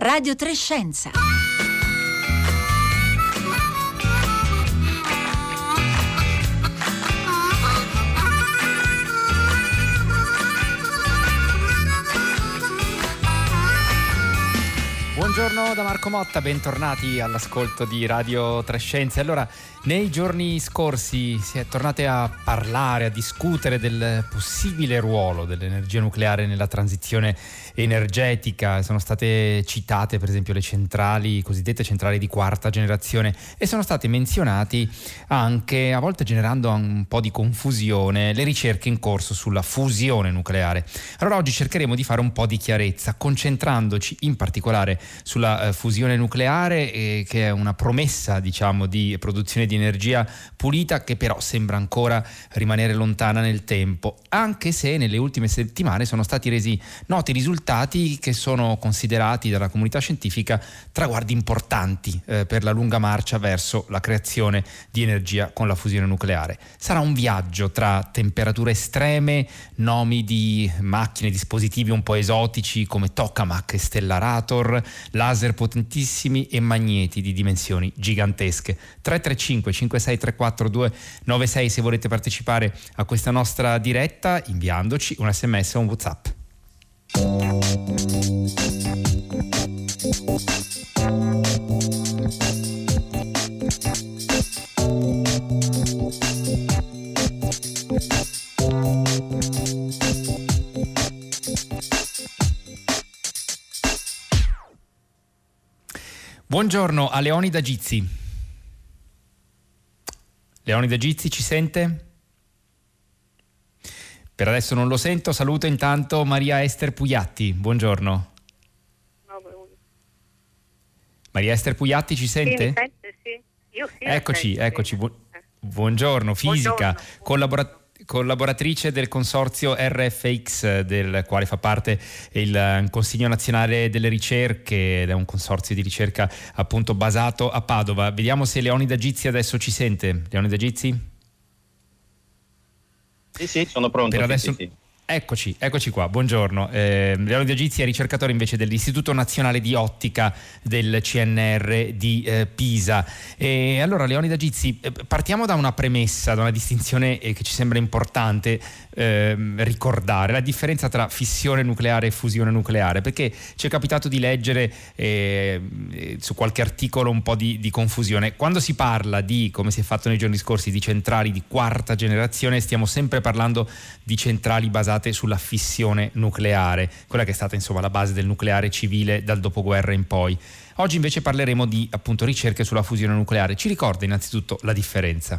Radio 3 Scienza. Buongiorno da Marco Motta, bentornati all'ascolto di Radio 3 Scienze. Allora, nei giorni scorsi si è tornate a parlare, a discutere del possibile ruolo dell'energia nucleare nella transizione energetica. Sono state citate per esempio le centrali, cosiddette centrali di quarta generazione, e sono state menzionati anche, a volte generando un po' di confusione, le ricerche in corso sulla fusione nucleare. Allora oggi cercheremo di fare un po' di chiarezza, concentrandoci in particolare sulla fusione nucleare, che è una promessa, diciamo, di produzione di energia pulita, che però sembra ancora rimanere lontana nel tempo, anche se nelle ultime settimane sono stati resi noti risultati che sono considerati dalla comunità scientifica traguardi importanti per la lunga marcia verso la creazione di energia con la fusione nucleare. Sarà un viaggio tra temperature estreme, nomi di macchine, dispositivi un po' esotici come tokamak e stellarator, laser potentissimi e magneti di dimensioni gigantesche. 335 5634 296 se volete partecipare a questa nostra diretta, inviandoci un SMS o un WhatsApp. Buongiorno a Leonida Gizzi. Leonida Gizzi, ci sente? Per adesso non lo sento. Saluto intanto Maria Ester Pugliatti. Buongiorno. Maria Ester Pugliatti, ci sente? Sì, mi sente, sì. Io sì. Eccoci. Buongiorno. Fisica, buongiorno. Collaboratrice del consorzio RFX, del quale fa parte il Consiglio Nazionale delle Ricerche, ed è un consorzio di ricerca appunto basato a Padova. Vediamo se Leonida Gizzi adesso ci sente. Leonida Gizzi? Sì, sono pronto. Per adesso... Sì. Eccoci qua, buongiorno. Leonida Gizzi è ricercatore invece dell'Istituto Nazionale di Ottica del CNR di Pisa. E allora, Leonida Gizzi, partiamo da una premessa, da una distinzione che ci sembra importante ricordare: la differenza tra fissione nucleare e fusione nucleare, perché ci è capitato di leggere su qualche articolo un po' di confusione. Quando si parla di, come si è fatto nei giorni scorsi, di centrali di quarta generazione, stiamo sempre parlando di centrali basate sulla fissione nucleare, quella che è stata insomma la base del nucleare civile dal dopoguerra in poi. Oggi invece parleremo di appunto ricerche sulla fusione nucleare. Ci ricorda innanzitutto la differenza?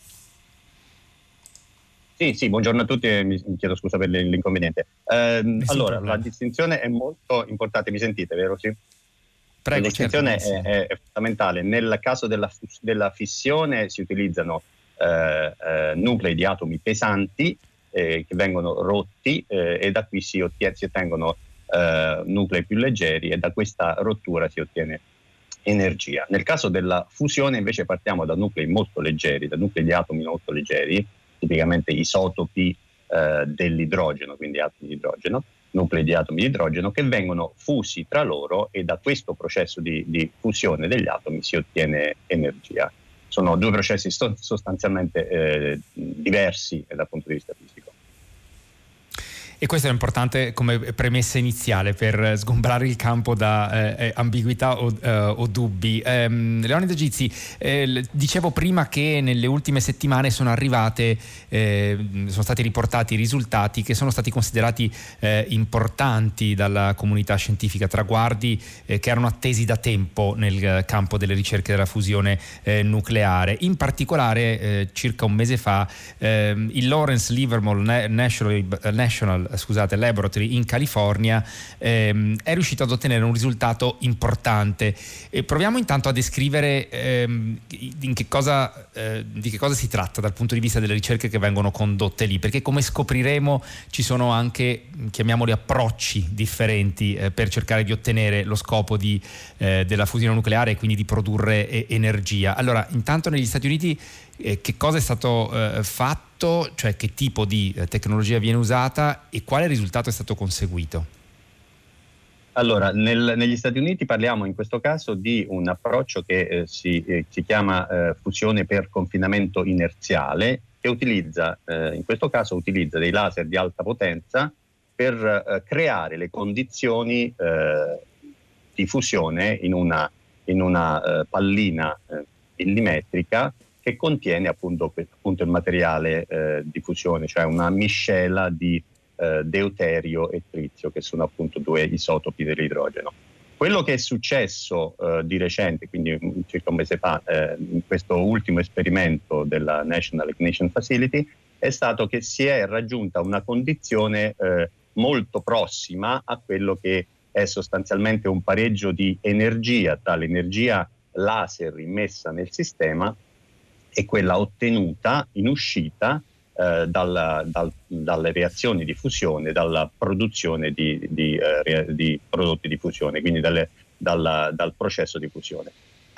Sì, buongiorno a tutti e mi chiedo scusa per l'inconveniente. Allora, la distinzione è molto importante, mi sentite, vero? Sì? Prego, la distinzione certo, è fondamentale. Nel caso della fissione si utilizzano nuclei di atomi pesanti che vengono rotti e da qui si ottengono nuclei più leggeri, e da questa rottura si ottiene energia. Nel caso della fusione invece partiamo da nuclei molto leggeri, da nuclei di atomi molto leggeri, tipicamente isotopi dell'idrogeno, quindi atomi di idrogeno, nuclei di atomi di idrogeno che vengono fusi tra loro, e da questo processo di fusione degli atomi si ottiene energia. Sono due processi sostanzialmente diversi dal punto di vista fisico. E questo è importante come premessa iniziale per sgombrare il campo da ambiguità o dubbi. Leonida Gizzi, dicevo prima che nelle ultime settimane sono stati riportati risultati che sono stati considerati importanti dalla comunità scientifica, traguardi che erano attesi da tempo nel campo delle ricerche della fusione nucleare. In particolare, circa un mese fa, il Lawrence Livermore National Laboratory in California è riuscito ad ottenere un risultato importante. E proviamo intanto a descrivere di che cosa si tratta dal punto di vista delle ricerche che vengono condotte lì, perché come scopriremo ci sono anche, chiamiamoli, approcci differenti per cercare di ottenere lo scopo della fusione nucleare e quindi di produrre energia. Allora, intanto negli Stati Uniti che cosa è stato fatto, cioè che tipo di tecnologia viene usata e quale risultato è stato conseguito? Allora, negli Stati Uniti parliamo in questo caso di un approccio che si chiama fusione per confinamento inerziale, che in questo caso utilizza dei laser di alta potenza per creare le condizioni di fusione in una pallina millimetrica che contiene appunto il materiale di fusione, cioè una miscela di deuterio e trizio, che sono appunto due isotopi dell'idrogeno. Quello che è successo di recente, quindi circa un mese fa, in questo ultimo esperimento della National Ignition Facility, è stato che si è raggiunta una condizione molto prossima a quello che è sostanzialmente un pareggio di energia tra l'energia laser immessa nel sistema e quella ottenuta in uscita dalle reazioni di fusione, dalla produzione di prodotti di fusione, quindi dal processo di fusione.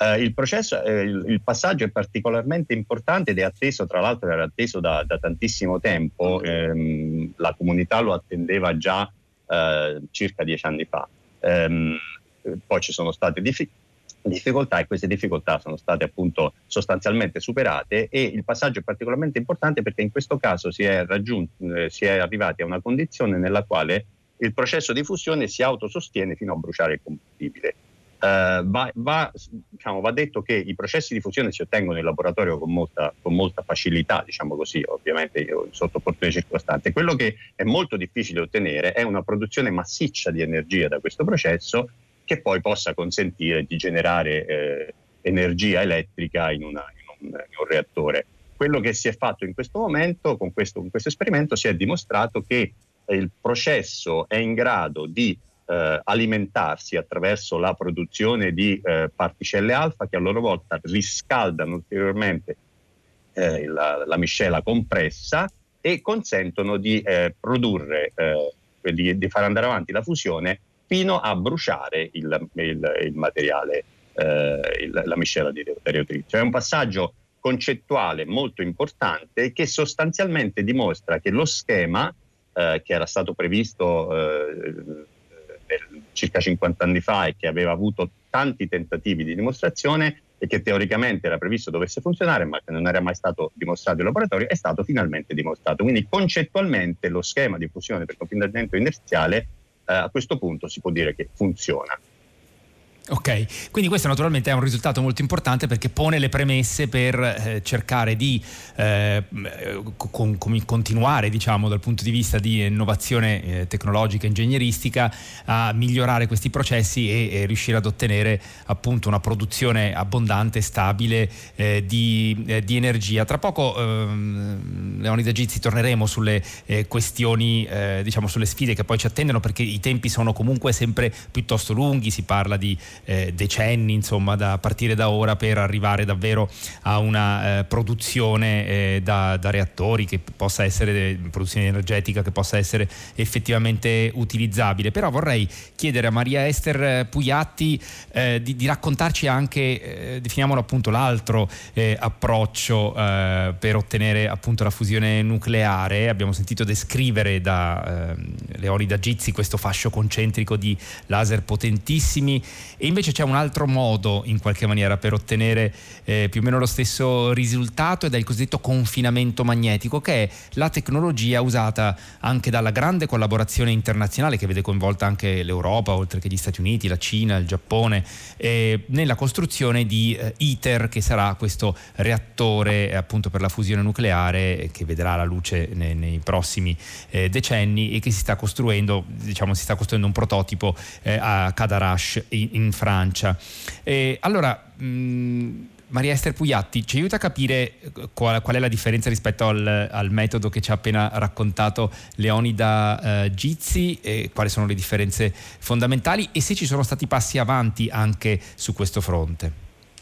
Il passaggio è particolarmente importante ed è atteso, tra l'altro era atteso da tantissimo tempo, la comunità lo attendeva già circa 10 anni fa. Poi ci sono state difficoltà e queste difficoltà sono state appunto sostanzialmente superate, e il passaggio è particolarmente importante perché in questo caso si è arrivati a una condizione nella quale il processo di fusione si autosostiene fino a bruciare il combustibile. Va detto che i processi di fusione si ottengono in laboratorio con molta facilità, diciamo così, ovviamente sotto opportune circostanze. Quello che è molto difficile ottenere è una produzione massiccia di energia da questo processo, che poi possa consentire di generare energia elettrica in un reattore. Quello che si è fatto in questo momento, con questo esperimento, si è dimostrato che il processo è in grado di alimentarsi attraverso la produzione di particelle alfa, che a loro volta riscaldano ulteriormente la miscela compressa e consentono di produrre, di far andare avanti la fusione fino a bruciare il materiale, la miscela di deuterio trizio. È un passaggio concettuale molto importante che sostanzialmente dimostra che lo schema che era stato previsto circa 50 anni fa e che aveva avuto tanti tentativi di dimostrazione e che teoricamente era previsto dovesse funzionare, ma che non era mai stato dimostrato in laboratorio, è stato finalmente dimostrato. Quindi concettualmente lo schema di fusione per confinamento inerziale a questo punto si può dire che funziona. Ok, quindi questo naturalmente è un risultato molto importante perché pone le premesse per cercare di continuare, diciamo, dal punto di vista di innovazione tecnologica e ingegneristica a migliorare questi processi e riuscire ad ottenere appunto una produzione abbondante e stabile di energia. Tra poco, Leonida Gizzi, torneremo sulle questioni, diciamo, sulle sfide che poi ci attendono, perché i tempi sono comunque sempre piuttosto lunghi, si parla di decenni, insomma, da partire da ora per arrivare davvero a una produzione da reattori che possa essere produzione energetica che possa essere effettivamente utilizzabile. Però vorrei chiedere a Maria Ester Pugliatti di raccontarci anche, definiamolo appunto, l'altro approccio per ottenere appunto la fusione nucleare. Abbiamo sentito descrivere da Leonida Gizzi questo fascio concentrico di laser potentissimi, e invece c'è un altro modo in qualche maniera per ottenere più o meno lo stesso risultato, ed è il cosiddetto confinamento magnetico, che è la tecnologia usata anche dalla grande collaborazione internazionale che vede coinvolta anche l'Europa, oltre che gli Stati Uniti, la Cina, il Giappone, nella costruzione di ITER, che sarà questo reattore appunto per la fusione nucleare che vedrà la luce nei prossimi decenni, e che si sta costruendo un prototipo a Cadarache in Francia. Allora, Maria Ester Pugliatti, ci aiuta a capire qual è la differenza rispetto al metodo che ci ha appena raccontato Leonida Gizzi, e quali sono le differenze fondamentali, e se ci sono stati passi avanti anche su questo fronte?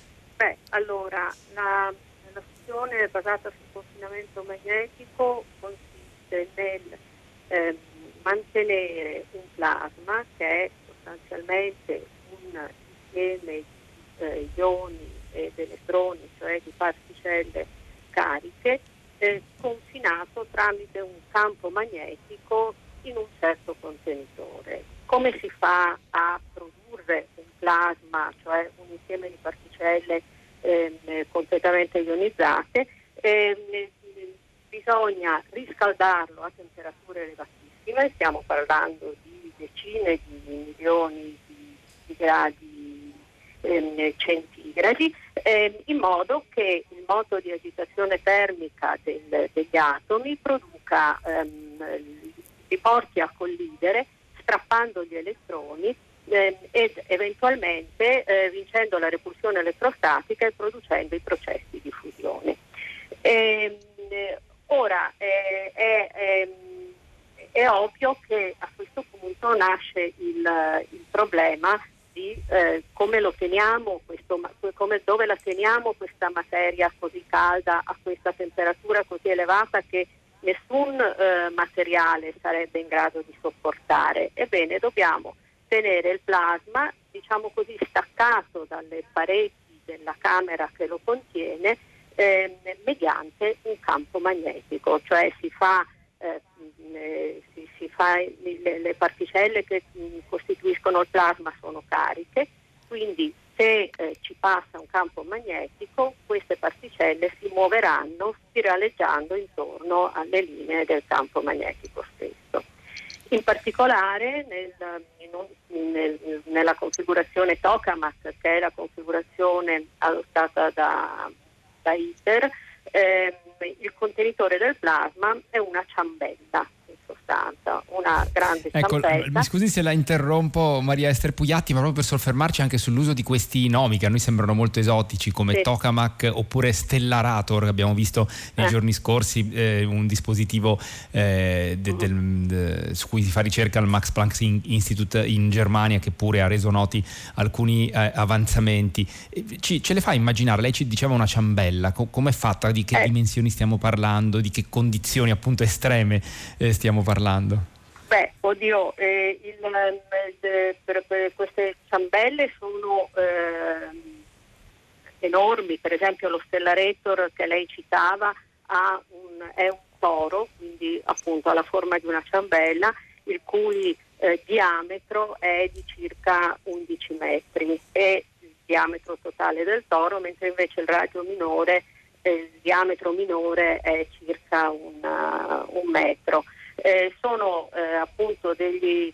Allora, la fusione basata sul confinamento magnetico consiste nel mantenere un plasma che è sostanzialmente un insieme di ioni ed elettroni, cioè di particelle cariche, confinato tramite un campo magnetico in un certo contenitore, con come si fa a produrre un plasma, cioè un insieme di particelle completamente ionizzate. Bisogna riscaldarlo a temperature elevatissime, stiamo parlando di decine di milioni di gradi centigradi, in modo che il moto di agitazione termica degli atomi produca, li porti a collidere strappando gli elettroni ed eventualmente vincendo la repulsione elettrostatica e producendo i processi di fusione. Ora è ovvio che a questo punto nasce il problema di come lo teniamo, dove la teniamo questa materia così calda a questa temperatura così elevata che nessun materiale sarebbe in grado di sopportare. Ebbene, dobbiamo tenere il plasma, diciamo così, staccato dalle pareti della camera che lo contiene mediante un campo magnetico, cioè le particelle che costituiscono il plasma sono cariche, quindi se ci passa un campo magnetico, queste particelle si muoveranno spiraleggiando intorno alle linee del campo magnetico stesso. In particolare nella configurazione tokamak, che è la configurazione adottata da ITER, il contenitore del plasma è una ciambella, in sostanza, una grande ciambella. Mi scusi se la interrompo, Maria Ester Pugliatti, ma proprio per soffermarci anche sull'uso di questi nomi che a noi sembrano molto esotici, come tokamak oppure Stellarator, che abbiamo visto nei giorni scorsi, un dispositivo su cui si fa ricerca al Max Planck Institute in Germania, che pure ha reso noti alcuni avanzamenti. Ce le fa immaginare? Lei ci diceva una ciambella, com'è fatta, di che dimensioni stiamo parlando, di che condizioni appunto estreme stiamo parlando? Beh, oddio, queste ciambelle sono enormi. Per esempio lo Stellarator che lei citava è un toro, quindi appunto ha la forma di una ciambella, il cui diametro è di circa 11 metri, è il diametro totale del toro, mentre invece il diametro minore è circa un metro. Sono appunto dei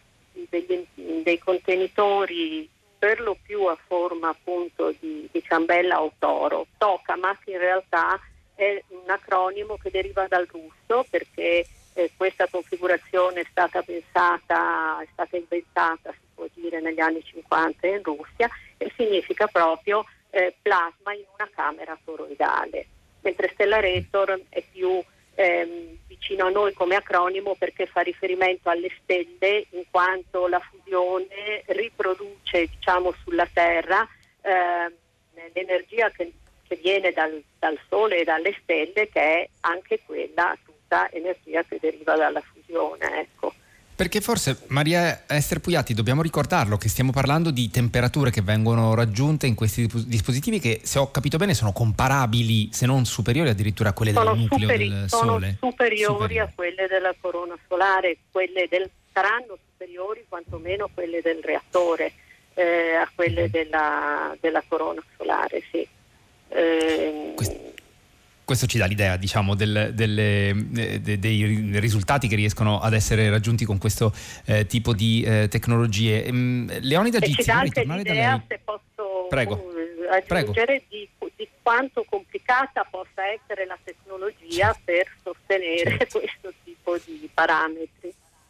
contenitori per lo più a forma appunto di ciambella o toro. Tokamak in realtà è un acronimo che deriva dal russo, perché questa configurazione è stata inventata, si può dire, negli anni 50 in Russia, e significa proprio plasma in una camera toroidale, mentre Stellarator è più vicino a noi come acronimo perché fa riferimento alle stelle, in quanto la fusione riproduce, diciamo, sulla Terra l'energia che viene dal Sole e dalle stelle, che è anche quella tutta energia che deriva dalla fusione, ecco. Perché forse, Maria Ester Pugliatti, dobbiamo ricordarlo che stiamo parlando di temperature che vengono raggiunte in questi dispositivi che, se ho capito bene, sono comparabili, se non superiori addirittura a quelle del nucleo del Sole. Sono superiori a quelle della corona solare, saranno superiori quantomeno quelle del reattore a quelle della corona solare, sì. Questo ci dà l'idea, diciamo, dei risultati che riescono ad essere raggiunti con questo tipo di tecnologie. Leonida Gizi, ci dà anche l'idea, se posso aggiungere, di quanto complicata possa essere la tecnologia per sostenere questo tipo di parametri.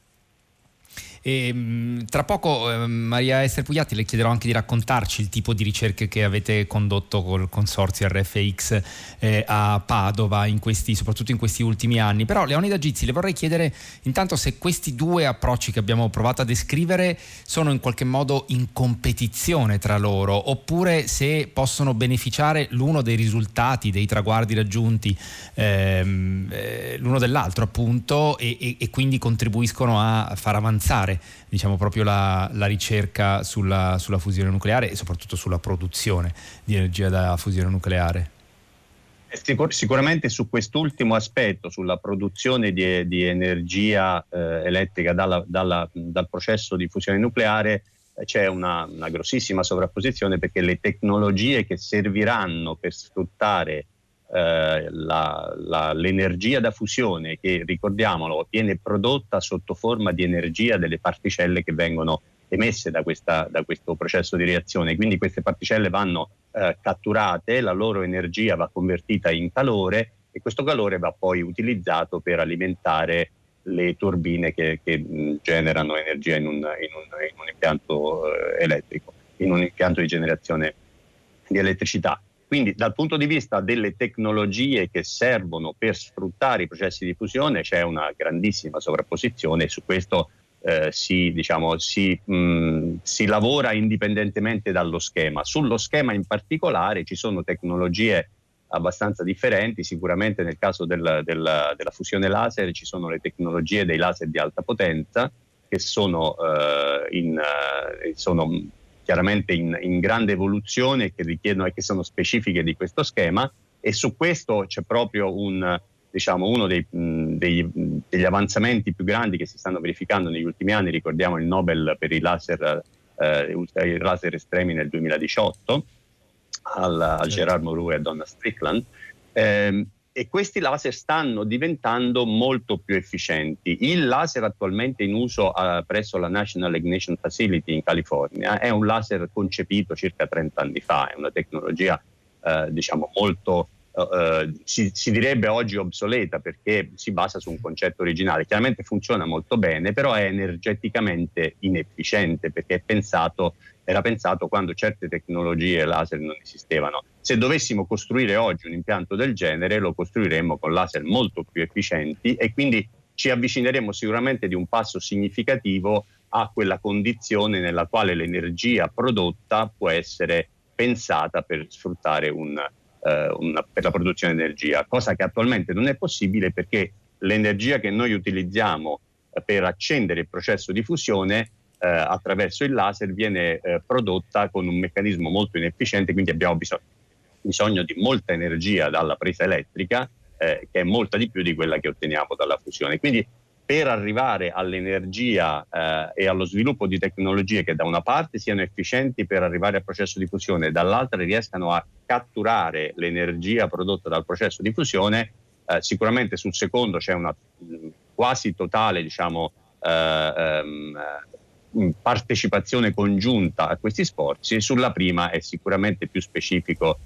Tra poco, Maria Ester Pugliatti, le chiederò anche di raccontarci il tipo di ricerche che avete condotto col consorzio RFX a Padova, soprattutto in questi ultimi anni. Però, Leonida Gizi, le vorrei chiedere intanto se questi due approcci che abbiamo provato a descrivere sono in qualche modo in competizione tra loro, oppure se possono beneficiare l'uno dei risultati, dei traguardi raggiunti l'uno dell'altro, appunto, e quindi contribuiscono a far avanzare, diciamo, proprio la ricerca sulla fusione nucleare e soprattutto sulla produzione di energia da fusione nucleare. Sicuramente su quest'ultimo aspetto, sulla produzione di energia elettrica dal processo di fusione nucleare, c'è una grossissima sovrapposizione, perché le tecnologie che serviranno per sfruttare l'energia da fusione, che ricordiamolo viene prodotta sotto forma di energia delle particelle che vengono emesse da questo processo di reazione, quindi queste particelle vanno catturate, la loro energia va convertita in calore e questo calore va poi utilizzato per alimentare le turbine che generano energia in un impianto elettrico, in un impianto di generazione di elettricità. Quindi dal punto di vista delle tecnologie che servono per sfruttare i processi di fusione c'è una grandissima sovrapposizione, e su questo si lavora indipendentemente dallo schema. Sullo schema in particolare ci sono tecnologie abbastanza differenti. Sicuramente nel caso della fusione laser ci sono le tecnologie dei laser di alta potenza, che sono chiaramente in grande evoluzione, che richiedono e che sono specifiche di questo schema, e su questo c'è proprio uno degli avanzamenti più grandi che si stanno verificando negli ultimi anni. Ricordiamo il Nobel per i laser estremi nel 2018 al Gerard Mourou e a Donna Strickland, e questi laser stanno diventando molto più efficienti. Il laser attualmente in uso presso la National Ignition Facility in California è un laser concepito circa 30 anni fa, è una tecnologia molto si direbbe oggi obsoleta, perché si basa su un concetto originale. Chiaramente funziona molto bene, però è energeticamente inefficiente, perché era pensato quando certe tecnologie laser non esistevano. Se dovessimo costruire oggi un impianto del genere, lo costruiremmo con laser molto più efficienti, e quindi ci avvicineremo sicuramente di un passo significativo a quella condizione nella quale l'energia prodotta può essere pensata per sfruttare per la produzione di energia, cosa che attualmente non è possibile, perché l'energia che noi utilizziamo per accendere il processo di fusione attraverso il laser viene prodotta con un meccanismo molto inefficiente, quindi abbiamo bisogno di molta energia dalla presa elettrica, che è molta di più di quella che otteniamo dalla fusione. Quindi per arrivare all'energia e allo sviluppo di tecnologie che da una parte siano efficienti per arrivare al processo di fusione e dall'altra riescano a catturare l'energia prodotta dal processo di fusione, sicuramente sul secondo c'è una quasi totale partecipazione congiunta a questi sforzi, e sulla prima è sicuramente più specifico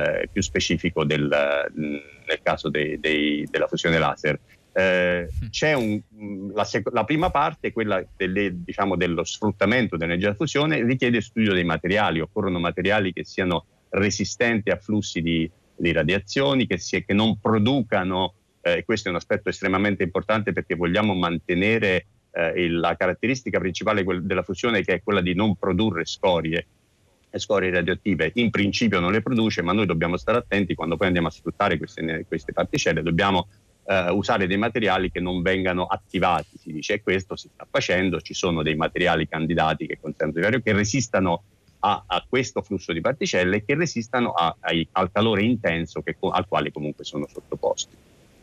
nel caso della fusione laser. C'è la prima parte, quella dello sfruttamento dell'energia da fusione, richiede studio dei materiali. Occorrono materiali che siano resistenti a flussi di radiazioni, che non producano, e questo è un aspetto estremamente importante, perché vogliamo mantenere la caratteristica principale della fusione, che è quella di non produrre scorie radioattive. In principio non le produce, ma noi dobbiamo stare attenti quando poi andiamo a sfruttare queste particelle. Dobbiamo usare dei materiali che non vengano attivati, si dice, e questo si sta facendo. Ci sono dei materiali candidati che consentono che resistano a questo flusso di particelle e che resistano al calore intenso al quale comunque sono sottoposti.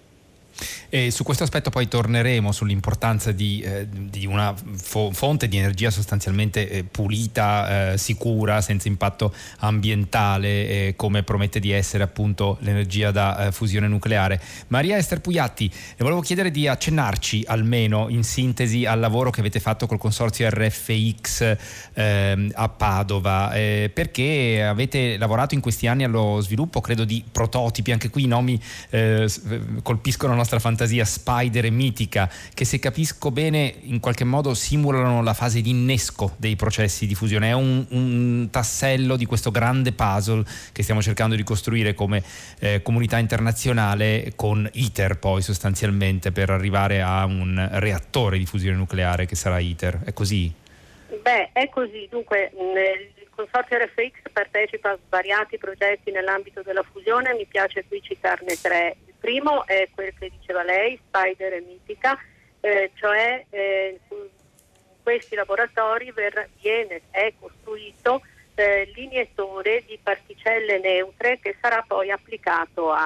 E su questo aspetto poi torneremo, sull'importanza di una fonte di energia sostanzialmente pulita, sicura, senza impatto ambientale, come promette di essere appunto l'energia da fusione nucleare. Maria Ester Pugliatti, le volevo chiedere di accennarci almeno in sintesi al lavoro che avete fatto col consorzio RFX a Padova, perché avete lavorato in questi anni allo sviluppo, credo, di prototipi. Anche qui i nomi colpiscono la nostra fantasia. Spider e Mitica, che, se capisco bene, in qualche modo simulano la fase di innesco dei processi di fusione. È un tassello di questo grande puzzle che stiamo cercando di costruire come comunità internazionale, con ITER poi sostanzialmente, per arrivare a un reattore di fusione nucleare che sarà ITER. È così? Beh, è così. Dunque, il consorzio RFX partecipa a svariati progetti nell'ambito della fusione. Mi piace qui citarne tre. Il primo è quel che diceva lei, Spider e Mitica, cioè in questi laboratori è costruito l'iniettore di particelle neutre che sarà poi applicato a ITER.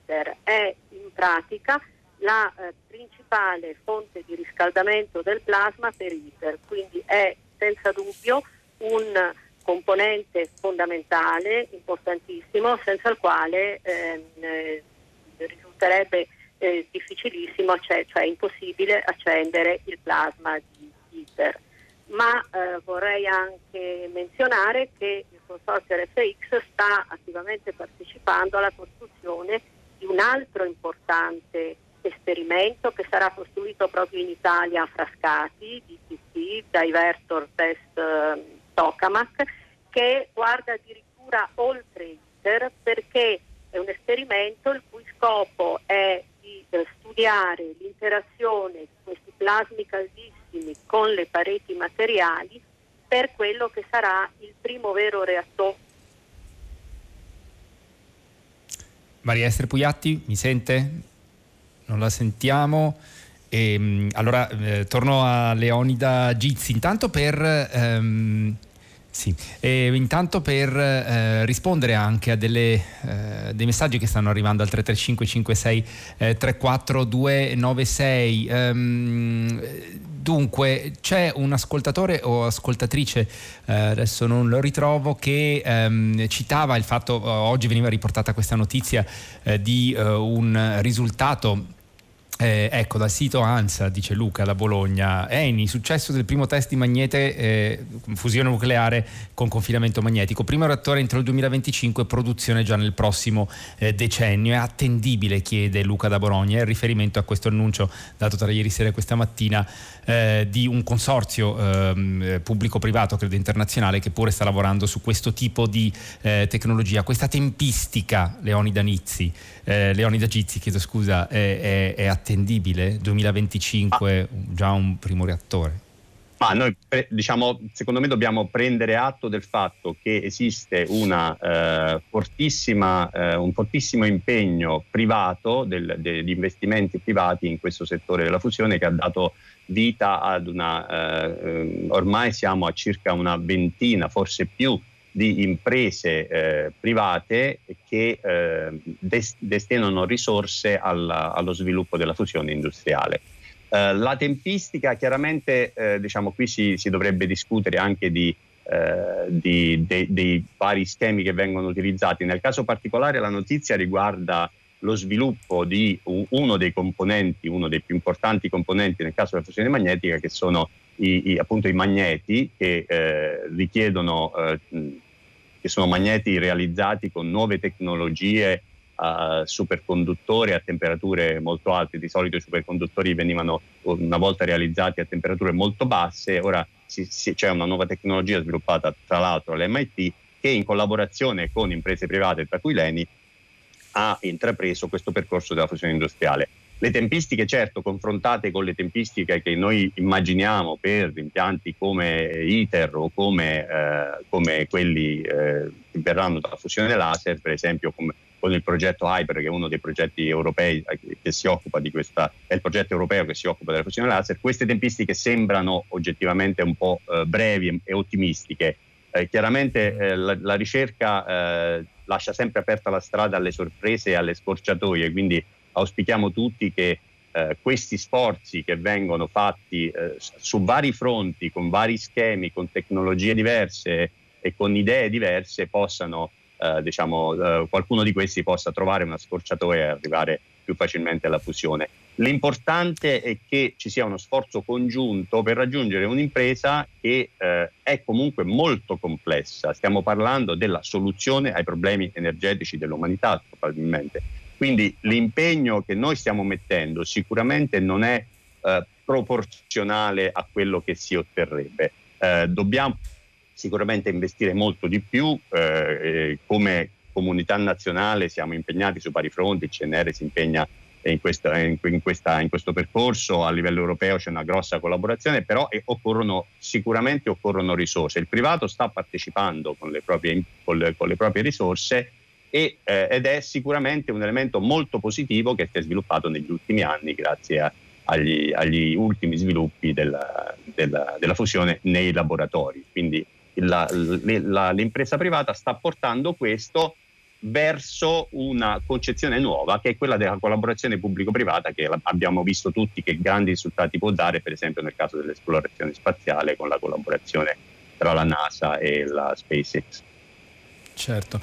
ITER è in pratica la principale fonte di riscaldamento del plasma per ITER, quindi è senza dubbio un componente fondamentale, importantissimo, senza il quale risulterebbe difficilissimo, cioè impossibile accendere il plasma di ITER. Ma vorrei anche menzionare che il consorzio RFX sta attivamente partecipando alla costruzione di un altro importante esperimento che sarà costruito proprio in Italia a Frascati, DTT, Divertor Test Tokamak, che guarda addirittura oltre ITER, perché è un esperimento il cui scopo è di studiare l'interazione di questi plasmi caldissimi con le pareti materiali per quello che sarà il primo vero reattore. Maria Ester Pugliatti, mi sente? Non la sentiamo. Allora torno a Leonida Gizzi intanto per rispondere anche a dei messaggi che stanno arrivando al 335 56 34 296. Dunque c'è un ascoltatore o ascoltatrice, adesso non lo ritrovo, che citava il fatto, oggi veniva riportata questa notizia di un risultato. Ecco, dal sito ANSA, dice Luca da Bologna: ENI, successo del primo test di magnete, fusione nucleare con confinamento magnetico, primo reattore entro il 2025, produzione già nel prossimo decennio. È attendibile, chiede Luca da Bologna, in riferimento a questo annuncio dato tra ieri sera e questa mattina di un consorzio pubblico-privato, credo internazionale, che pure sta lavorando su questo tipo di tecnologia. Questa tempistica, Leonida Gizzi, chiedo scusa, è attendibile? 2025 già un primo reattore? Ma noi secondo me dobbiamo prendere atto del fatto che esiste un fortissimo impegno privato degli investimenti privati in questo settore della fusione, che ha dato vita ad ormai siamo a circa una ventina, forse più, di imprese private che destinano risorse allo sviluppo della fusione industriale. La tempistica, chiaramente, qui si dovrebbe discutere anche dei vari schemi che vengono utilizzati. Nel caso particolare la notizia riguarda lo sviluppo di uno dei componenti, uno dei più importanti componenti nel caso della fusione magnetica, che sono appunto i magneti, che richiedono che sono magneti realizzati con nuove tecnologie, superconduttori a temperature molto alte. Di solito i superconduttori venivano una volta realizzati a temperature molto basse. Ora c'è una nuova tecnologia sviluppata tra l'altro all'MIT, che in collaborazione con imprese private, tra cui l'ENI, ha intrapreso questo percorso della fusione industriale. Le tempistiche, certo, confrontate con le tempistiche che noi immaginiamo per impianti come ITER o come quelli che verranno dalla fusione laser, per esempio con il progetto HYPER, che è uno dei progetti europei che si occupa di questa, è il progetto europeo che si occupa della fusione laser, queste tempistiche sembrano oggettivamente un po' brevi e ottimistiche. Chiaramente la ricerca lascia sempre aperta la strada alle sorprese e alle scorciatoie, quindi auspichiamo tutti che questi sforzi che vengono fatti su vari fronti, con vari schemi, con tecnologie diverse e con idee diverse, possano, qualcuno di questi possa trovare una scorciatoia e arrivare più facilmente alla fusione. L'importante è che ci sia uno sforzo congiunto per raggiungere un'impresa che è comunque molto complessa. Stiamo parlando della soluzione ai problemi energetici dell'umanità, probabilmente. Quindi l'impegno che noi stiamo mettendo sicuramente non è proporzionale a quello che si otterrebbe. Dobbiamo sicuramente investire molto di più. Come comunità nazionale siamo impegnati su vari fronti, il CNR si impegna in questo percorso, a livello europeo c'è una grossa collaborazione, però sicuramente occorrono risorse. Il privato sta partecipando con le proprie risorse ed è sicuramente un elemento molto positivo che si è sviluppato negli ultimi anni grazie agli ultimi sviluppi della fusione nei laboratori. Quindi l'impresa privata sta portando questo verso una concezione nuova, che è quella della collaborazione pubblico-privata, che abbiamo visto tutti che grandi risultati può dare, per esempio nel caso dell'esplorazione spaziale con la collaborazione tra la NASA e la SpaceX. Certo.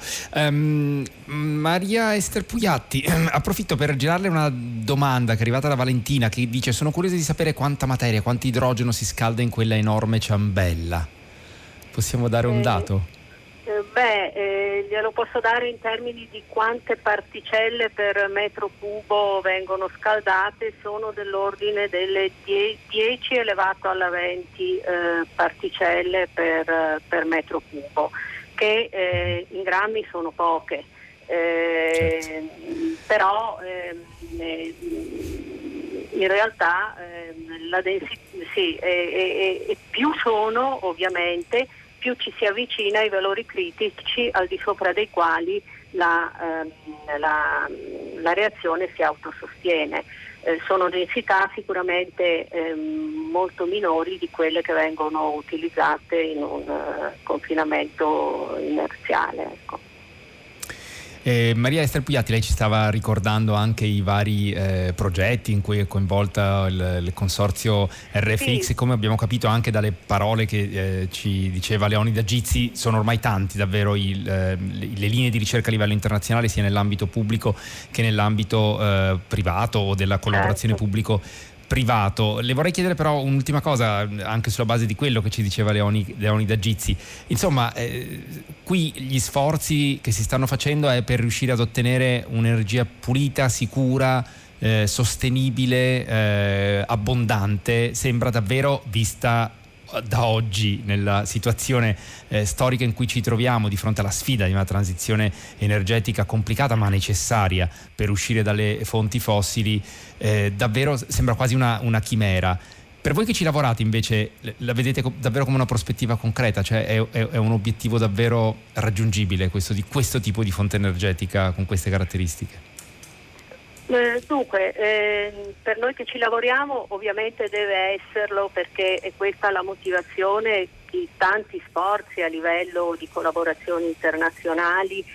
Maria Ester Pugliatti, approfitto per girarle una domanda che è arrivata da Valentina, che dice: sono curiosa di sapere quanta materia, quanto idrogeno si scalda in quella enorme ciambella. Possiamo dare un dato? Glielo posso dare in termini di quante particelle per metro cubo vengono scaldate. Sono dell'ordine delle 10 elevato alla 20 particelle per metro cubo, che in grammi sono poche, certo. Però in realtà la densità sì, e più sono, ovviamente, più ci si avvicina ai valori critici al di sopra dei quali la reazione si autosostiene. Sono densità sicuramente molto minori di quelle che vengono utilizzate in un confinamento inerziale. Ecco. Maria Ester Pugliatti, lei ci stava ricordando anche i vari progetti in cui è coinvolta il consorzio RFX, sì. Come abbiamo capito anche dalle parole che ci diceva Leonida Gizzi, sono ormai tanti davvero le linee di ricerca a livello internazionale, sia nell'ambito pubblico che nell'ambito privato o della collaborazione, certo, pubblico-privato. Le vorrei chiedere però un'ultima cosa, anche sulla base di quello che ci diceva Leonida Gizzi. Insomma, qui gli sforzi che si stanno facendo è per riuscire ad ottenere un'energia pulita, sicura, sostenibile, abbondante. Sembra davvero, vista da oggi, nella situazione storica in cui ci troviamo, di fronte alla sfida di una transizione energetica complicata ma necessaria per uscire dalle fonti fossili, davvero sembra quasi una chimera. Per voi che ci lavorate invece, la vedete davvero come una prospettiva concreta? Cioè è un obiettivo davvero raggiungibile di questo tipo di fonte energetica con queste caratteristiche? Dunque, per noi che ci lavoriamo ovviamente deve esserlo, perché è questa la motivazione di tanti sforzi a livello di collaborazioni internazionali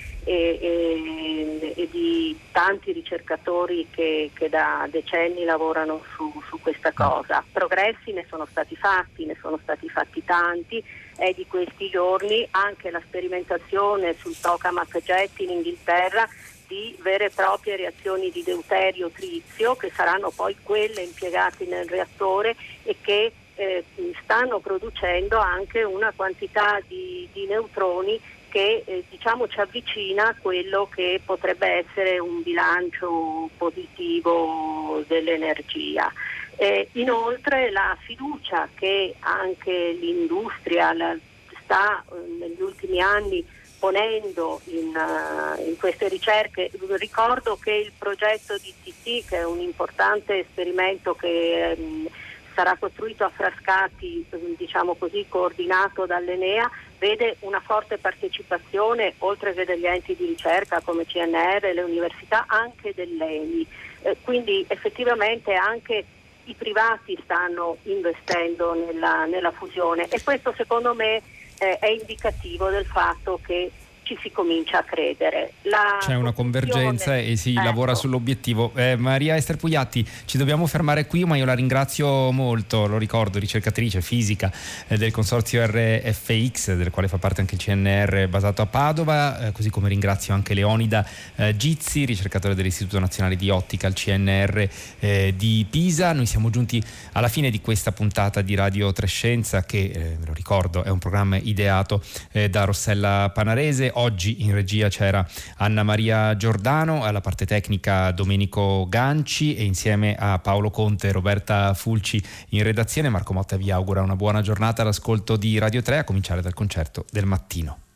e di tanti ricercatori che da decenni lavorano su questa cosa. Progressi ne sono stati fatti tanti. È di questi giorni anche la sperimentazione sul tokamak jet in Inghilterra di vere e proprie reazioni di deuterio-trizio, che saranno poi quelle impiegate nel reattore e che stanno producendo anche una quantità di neutroni che ci avvicina a quello che potrebbe essere un bilancio positivo dell'energia. Inoltre la fiducia che anche l'industria sta negli ultimi anni ponendo in queste ricerche. Ricordo che il progetto di TT, che è un importante esperimento che sarà costruito a Frascati, coordinato dall'Enea, vede una forte partecipazione, oltre che degli enti di ricerca come CNR, le università, anche dell'ENI. Quindi effettivamente anche i privati stanno investendo nella fusione, e questo secondo me è indicativo del fatto che ci si comincia a credere. C'è una convergenza e si lavora sull'obiettivo. Maria Ester Pugliatti, ci dobbiamo fermare qui, ma io la ringrazio molto, lo ricordo, ricercatrice fisica del consorzio RFX, del quale fa parte anche il CNR basato a Padova, così come ringrazio anche Leonida Gizzi, ricercatore dell'Istituto Nazionale di Ottica al CNR di Pisa. Noi siamo giunti alla fine di questa puntata di Radio Trescenza, che ve lo ricordo è un programma ideato da Rossella Panarese. Oggi in regia c'era Anna Maria Giordano, alla parte tecnica Domenico Ganci, e insieme a Paolo Conte e Roberta Fulci in redazione Marco Motta vi augura una buona giornata all'ascolto di Radio 3, a cominciare dal concerto del mattino.